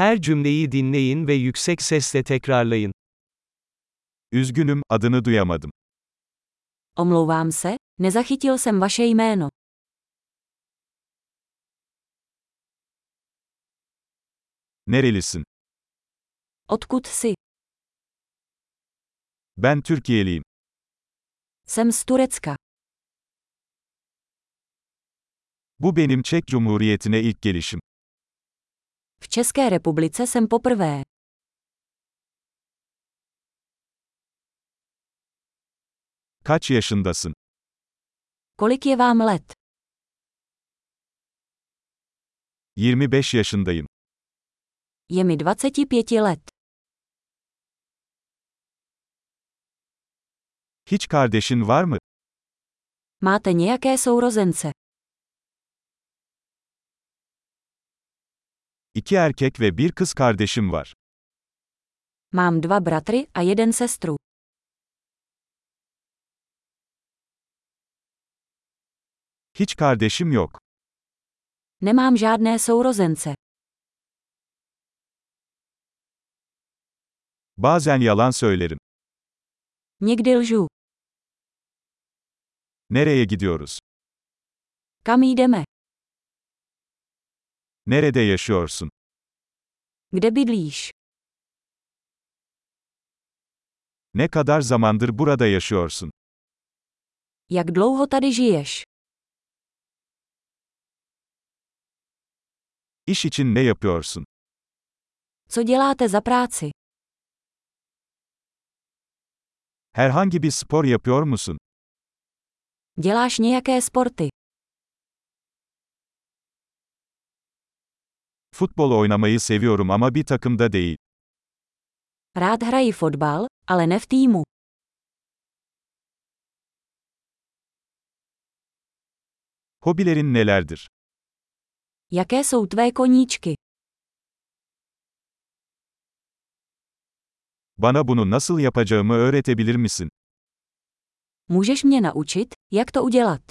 Her cümleyi dinleyin ve yüksek sesle tekrarlayın. Üzgünüm, adını duyamadım. Omlouvám se, nezachytil jsem vaše jméno. Nerelisin? Odkud jsi? Ben Türkiye'liyim. Jsem z Turecka. Bu benim Çek Cumhuriyeti'ne ilk gelişim. V České republice jsem poprvé. Kaç yaşındasın? Kolik je vám let? 25 yaşındayım. Je mi 25 let. Hiç kardeşin var mı? Máte nějaké sourozence? 2 erkek ve bir kız kardeşim var. Mám 2 bratry a 1 sestru. Hiç kardeşim yok. Nemám žádné sourozence. Bazen yalan söylerim. Někdy lžu. Nereye gidiyoruz? Kam jdeme? Nerede yaşıyorsun? Kde bydlíš? Ne kadar zamandır burada yaşıyorsun? Jak dlouho tady žiješ? İş için ne yapıyorsun? Co děláte za práci? Herhangi bir spor yapıyor musun? Děláš nějaké sporty? Futbol oynamayı seviyorum ama bir takımda değil. Rád hraji fotbal, ale ne v týmu. Hobilerin nelerdir? Jaké jsou tvé koníčky? Bana bunu nasıl yapacağımı öğretebilir misin? Můžeš mě naučit, jak to udělat?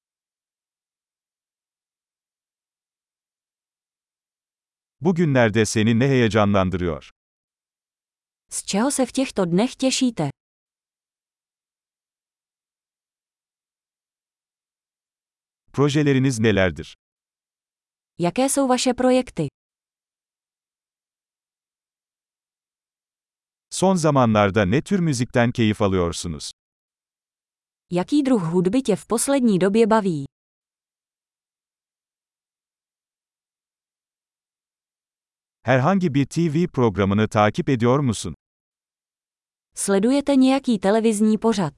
Bugünlerde seni ne heyecanlandırıyor? Z čeho se v těchto dnech těšíte? Projeleriniz nelerdir? Jaké jsou vaše projekty? Son zamanlarda ne tür müzikten keyif alıyorsunuz? Jaký druh hudby tě v poslední době baví? Herhangi bir TV programını takip ediyor musun? Sledujete nějaký televizní pořad?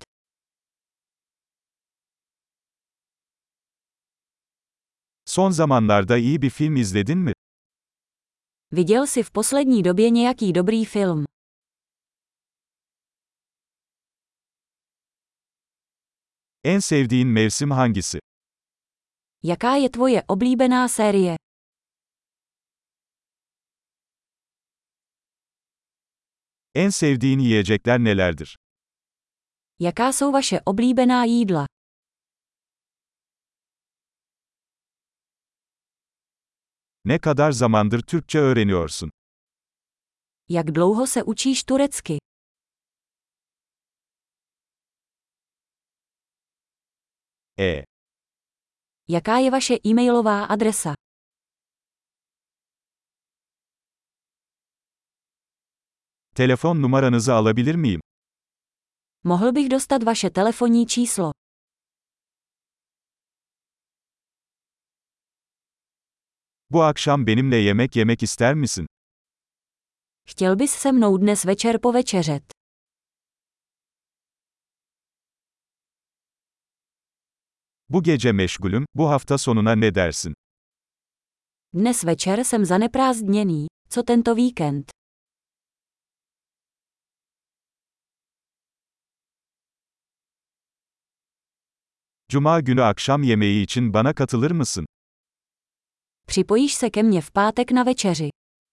Son zamanlarda iyi bir film izledin mi? Viděl jsi v poslední době nějaký dobrý film? En sevdiğin mevsim hangisi? Jaká je tvoje oblíbená série? En sevdiğin yiyecekler nelerdir? Jaká jsou vaše oblíbená jídla? Ne kadar zamandır Türkçe öğreniyorsun? Jak dlouho se učíš turecky? Jaká je vaše e-mailová adresa? Telefon numaranızı alabilir miyim? Mohl bych dostat vaše telefonní číslo? Bu akşam benimle yemek yemek ister misin? Chtěl bys se mnou dnes večer povečeřet? Bu gece meşgulüm, bu hafta sonuna ne dersin? Dnes večer jsem zaneprázdněný, co tento víkend? Cuma günü akşam yemeği için bana katılır mısın? Připojíš se ke mně v pátek na večeři?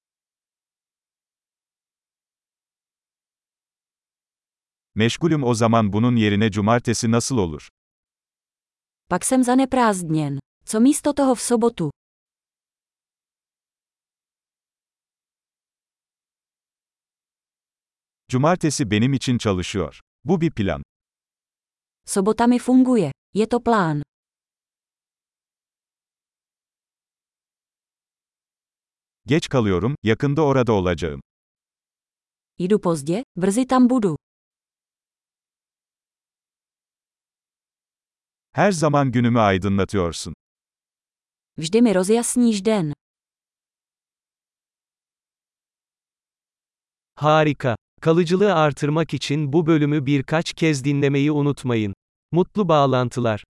Meşgulüm o zaman bunun yerine cumartesi nasıl olur? Pak jsem zaneprázdněn. Co místo toho v sobotu? Cumartesi benim için çalışıyor. Bu bir plan. Sobota mi funguje. Je to plán. Geç kalıyorum, yakında orada olacağım. Jdu pozdě, brzy tam budu. Her zaman günümü aydınlatıyorsun. Vždy mi rozjasníš den. Harika. Kalıcılığı artırmak için bu bölümü birkaç kez dinlemeyi unutmayın. Mutlu bağlantılar.